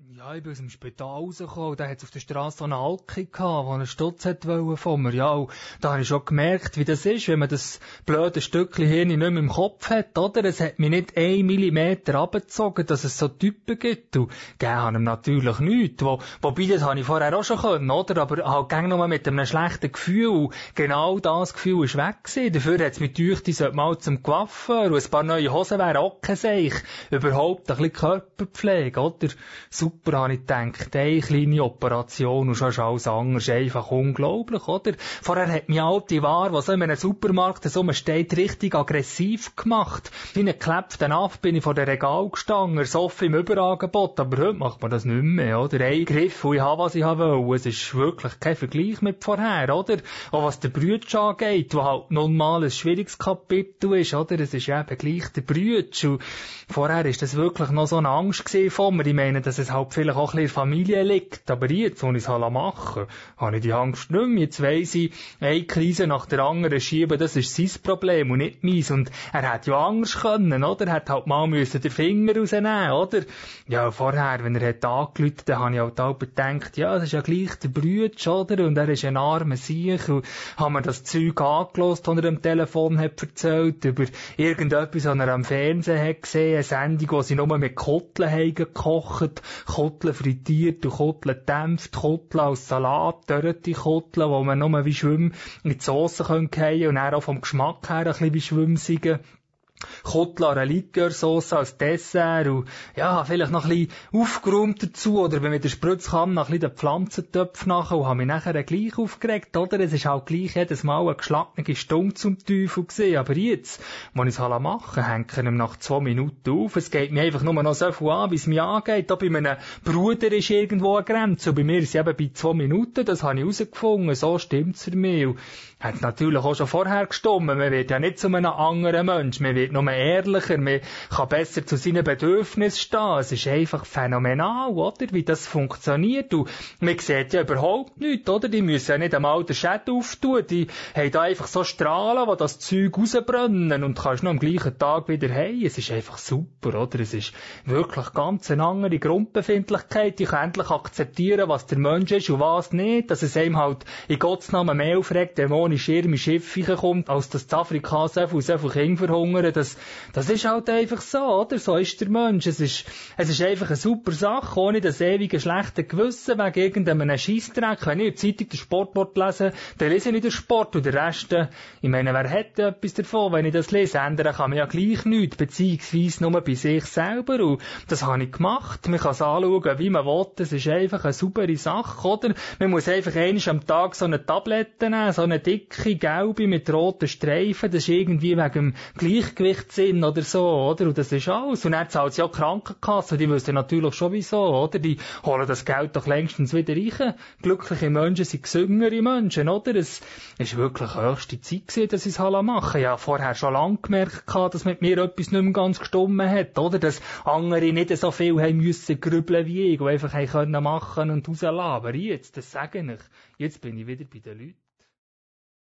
Ja, ich bin aus dem Spital rausgekommen, da hat's auf der Strasse so einen Alki gehabt, der einen Stutz wollte von mir. Ja, und da habe ich schon gemerkt, wie das ist, wenn man das blöde Stückchen Hirn nicht mehr im Kopf hat, oder? Es hat mich nicht 1 Millimeter runtergezogen, dass es so Typen gibt. Und gegeben haben ihm natürlich nichts. Wobei, das habe ich vorher auch schon können, oder? Aber halt gäng nur mit einem schlechten Gefühl. Und genau das Gefühl ist weg gewesen. Dafür hat's mich gedacht, ich sollte mal zum Coiffeur und ein paar neue Hosen wären auch kein Seich. Überhaupt ein bisschen Körperpflege, oder? Super, habe ich gedacht. Eine kleine Operation und schon ist alles anders. Einfach unglaublich, oder? Vorher hat mich all die Ware, die so in einem Supermarkt so steht, richtig aggressiv gemacht. Wie ein geklebter Aff bin ich vor dem Regal gestanden, ersoffen im Überangebot. Aber heute macht man das nicht mehr, oder? Ein Griff, und ich habe, was ich wollte. Es ist wirklich kein Vergleich mit vorher, oder? Auch was der Brütsch angeht, wo halt nun mal ein schwieriges Kapitel ist, oder? Es ist eben gleich der Brütsch. Und vorher ist das wirklich noch so eine Angst gewesen von mir. Ich meine, dass es halt vielleicht auch ein bisschen in der Familie liegt. Aber jetzt, wo ich es machen habe ich die Angst nicht mehr. Jetzt weiss ich, eine Krise nach der anderen schieben, das ist sein Problem und nicht meins. Und er hätte ja anders können, oder? Er hätte halt mal müssen den Finger rausnehmen, oder? Ja, vorher, wenn er hat angerufen, dann habe ich halt auch gedacht, ja, das ist ja gleich der Brütsch, oder? Und er ist ein armer Sieg. Und haben wir das Zeug angelost, das er am Telefon hat erzählt, über irgendetwas, was er am Fernsehen hat gesehen, eine Sendung, wo sie nur mit Kotteln haben gekocht, Kotteln frittiert und Kotteln gedämpft, Kotteln aus Salat, dörrte Kotteln, wo man nur wie Schwimm in die Sauce fallen können und dann auch vom Geschmack her ein bisschen wie Schwimmsigen. Kotler, eine Likörsoße als Dessert und ja, vielleicht noch ein bisschen aufgeräumt dazu oder wenn mit der Spritzkanne noch ein bisschen den Pflanzentöpf nachher und habe mich nachher gleich aufgeregt, oder? Es ist halt gleich jedes Mal eine geschlagene Stunde zum Teufel gewesen, aber jetzt, wenn ich es halt machen, hängen wir nach 2 Minuten auf. Es geht mir einfach nur noch so viel an, wie es mir angeht. Da bei meinem Bruder ist irgendwo eine Grenze und bei mir ist es eben bei 2 Minuten, das habe ich herausgefunden, so stimmt's für mich. Und hat natürlich auch schon vorher gestimmt, man wird ja nicht zu einem anderen Mensch, man wird nur ehrlicher, man kann besser zu seinen Bedürfnissen stehen. Es ist einfach phänomenal, oder? Wie das funktioniert. Und man sieht ja überhaupt nichts, oder? Die müssen ja nicht einmal den Schädel auftun. Die haben da einfach so Strahlen, die das Zeug rausbrennen und kannst noch am gleichen Tag wieder heim. Es ist einfach super, oder? Es ist wirklich ganz eine andere Grundbefindlichkeit. Ich kann endlich akzeptieren, was der Mensch ist und was nicht. Dass es einem halt in Gottes Namen mehr aufregt, wenn ohne Schirm in Schiff kommt, als dass in Afrika so viel Kinder verhungern. Das ist halt einfach so, oder? So ist der Mensch. Es ist einfach eine super Sache, ohne das ewige schlechte Gewissen wegen irgendeinem Scheissdreck. Wenn ich in der Zeitung den Sportwort lese, dann lese ich den Sport und den Rest, ich meine, wer hätte etwas davon, wenn ich das lese? Ändern kann man ja gleich nichts, beziehungsweise nur bei sich selber. Und das habe ich gemacht. Man kann es anschauen, wie man will. Das ist einfach eine saubere Sache, oder? Man muss einfach einmal am Tag so eine Tablette nehmen, so eine dicke, gelbe mit roten Streifen. Das ist irgendwie wegen dem Gleichgewichtssinn oder so, oder? Und das ist alles. Und dann zahlt es ja die Krankenkasse, die wissen natürlich schon wieso, oder? Die holen das Geld doch längstens wieder rein. Glückliche Menschen sind gesüngere Menschen, oder? Es ist wirklich höchste Zeit gewesen, dass ich es machen. Ich habe vorher schon lange gemerkt, dass mit mir etwas nicht mehr ganz gestimmt hat, oder? Dass andere nicht so viel haben müssen grübeln wie ich, und einfach haben können machen und rauslassen. Aber jetzt, das sage ich, jetzt bin ich wieder bei den Leuten.